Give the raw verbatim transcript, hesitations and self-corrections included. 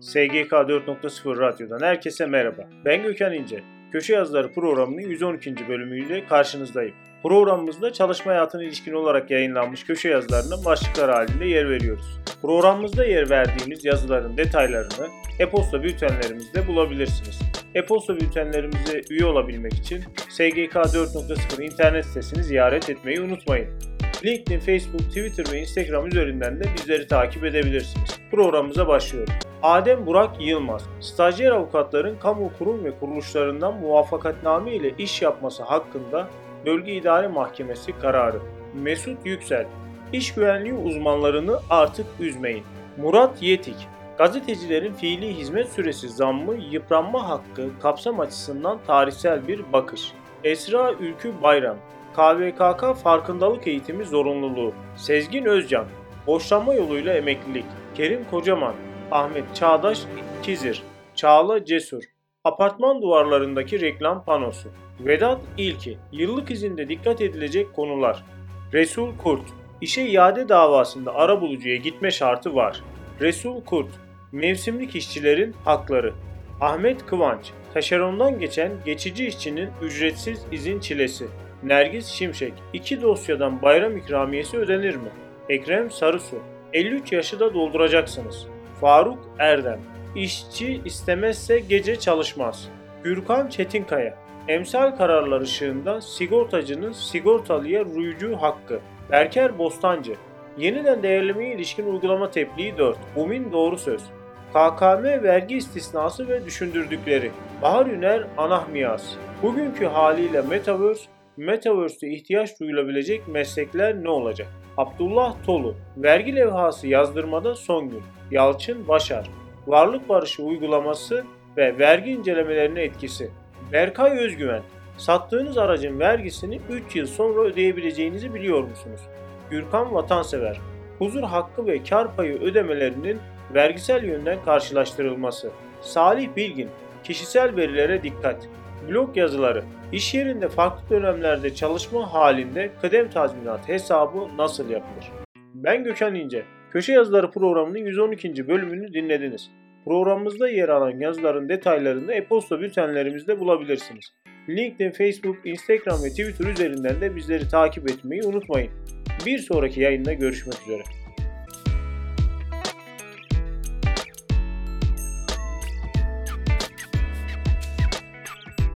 S G K dört nokta sıfır Radyo'dan herkese merhaba. Ben Gökhan İnce. Köşe Yazıları programının yüz on ikinci bölümüyle karşınızdayım. Programımızda çalışma hayatına ilişkin olarak yayınlanmış köşe yazılarına başlıklar halinde yer veriyoruz. Programımızda yer verdiğimiz yazıların detaylarını e-posta bültenlerimizde bulabilirsiniz. E-posta bültenlerimize üye olabilmek için S G K dört nokta sıfır internet sitesini ziyaret etmeyi unutmayın. LinkedIn, Facebook, Twitter ve Instagram üzerinden de bizleri takip edebilirsiniz. Programımıza başlıyorum. Adem Burak Yılmaz, stajyer avukatların kamu kurum ve kuruluşlarından muvaffakatname ile iş yapması hakkında Bölge İdare Mahkemesi kararı. Mesut Yüksel, iş güvenliği uzmanlarını artık üzmeyin. Murat Yetik, gazetecilerin fiili hizmet süresi zammı, yıpranma hakkı, kapsam açısından tarihsel bir bakış. Esra Ülkü Bayram, K V K K farkındalık eğitimi zorunluluğu. Sezgin Özcan, boşanma yoluyla emeklilik. Kerim Kocaman, Ahmet Çağdaş Kizir, Çağla Cesur, apartman duvarlarındaki reklam panosu. Vedat İlki, yıllık izinde dikkat edilecek konular. Resul Kurt, işe iade davasında arabulucuya gitme şartı var. Resul Kurt, mevsimlik işçilerin hakları. Ahmet Kıvanç, taşerondan geçen geçici işçinin ücretsiz izin çilesi. Nergis Şimşek, iki dosyadan bayram ikramiyesi ödenir mi? Ekrem Sarısu, elli üç yaşı da dolduracaksınız. Faruk Erdem, işçi istemezse gece çalışmaz. Gürkan Çetinkaya, emsal kararlar ışığında sigortacının sigortalıya rücu hakkı. Berker Bostancı, yeniden değerlemeye ilişkin uygulama tebliği dört. Umin Doğru Söz. K K M vergi istisnası ve düşündürdükleri. Bahar Üner Anahmiyas, bugünkü haliyle Metaverse, Metaverse'de ihtiyaç duyulabilecek meslekler ne olacak? Abdullah Tolu, vergi levhası yazdırmada son gün. Yalçın Başar, varlık barışı uygulaması ve vergi incelemelerine etkisi. Berkay Özgüven, sattığınız aracın vergisini üç yıl sonra ödeyebileceğinizi biliyor musunuz? Gürkan Vatansever, huzur hakkı ve kar payı ödemelerinin vergisel yönden karşılaştırılması. Salih Bilgin, kişisel verilere dikkat. Blog yazıları, iş yerinde farklı dönemlerde çalışma halinde kıdem tazminatı hesabı nasıl yapılır? Ben Gökhan İnce. Köşe Yazıları programının yüz on ikinci bölümünü dinlediniz. Programımızda yer alan yazıların detaylarını e-posta bültenlerimizde bulabilirsiniz. LinkedIn, Facebook, Instagram ve Twitter üzerinden de bizleri takip etmeyi unutmayın. Bir sonraki yayında görüşmek üzere.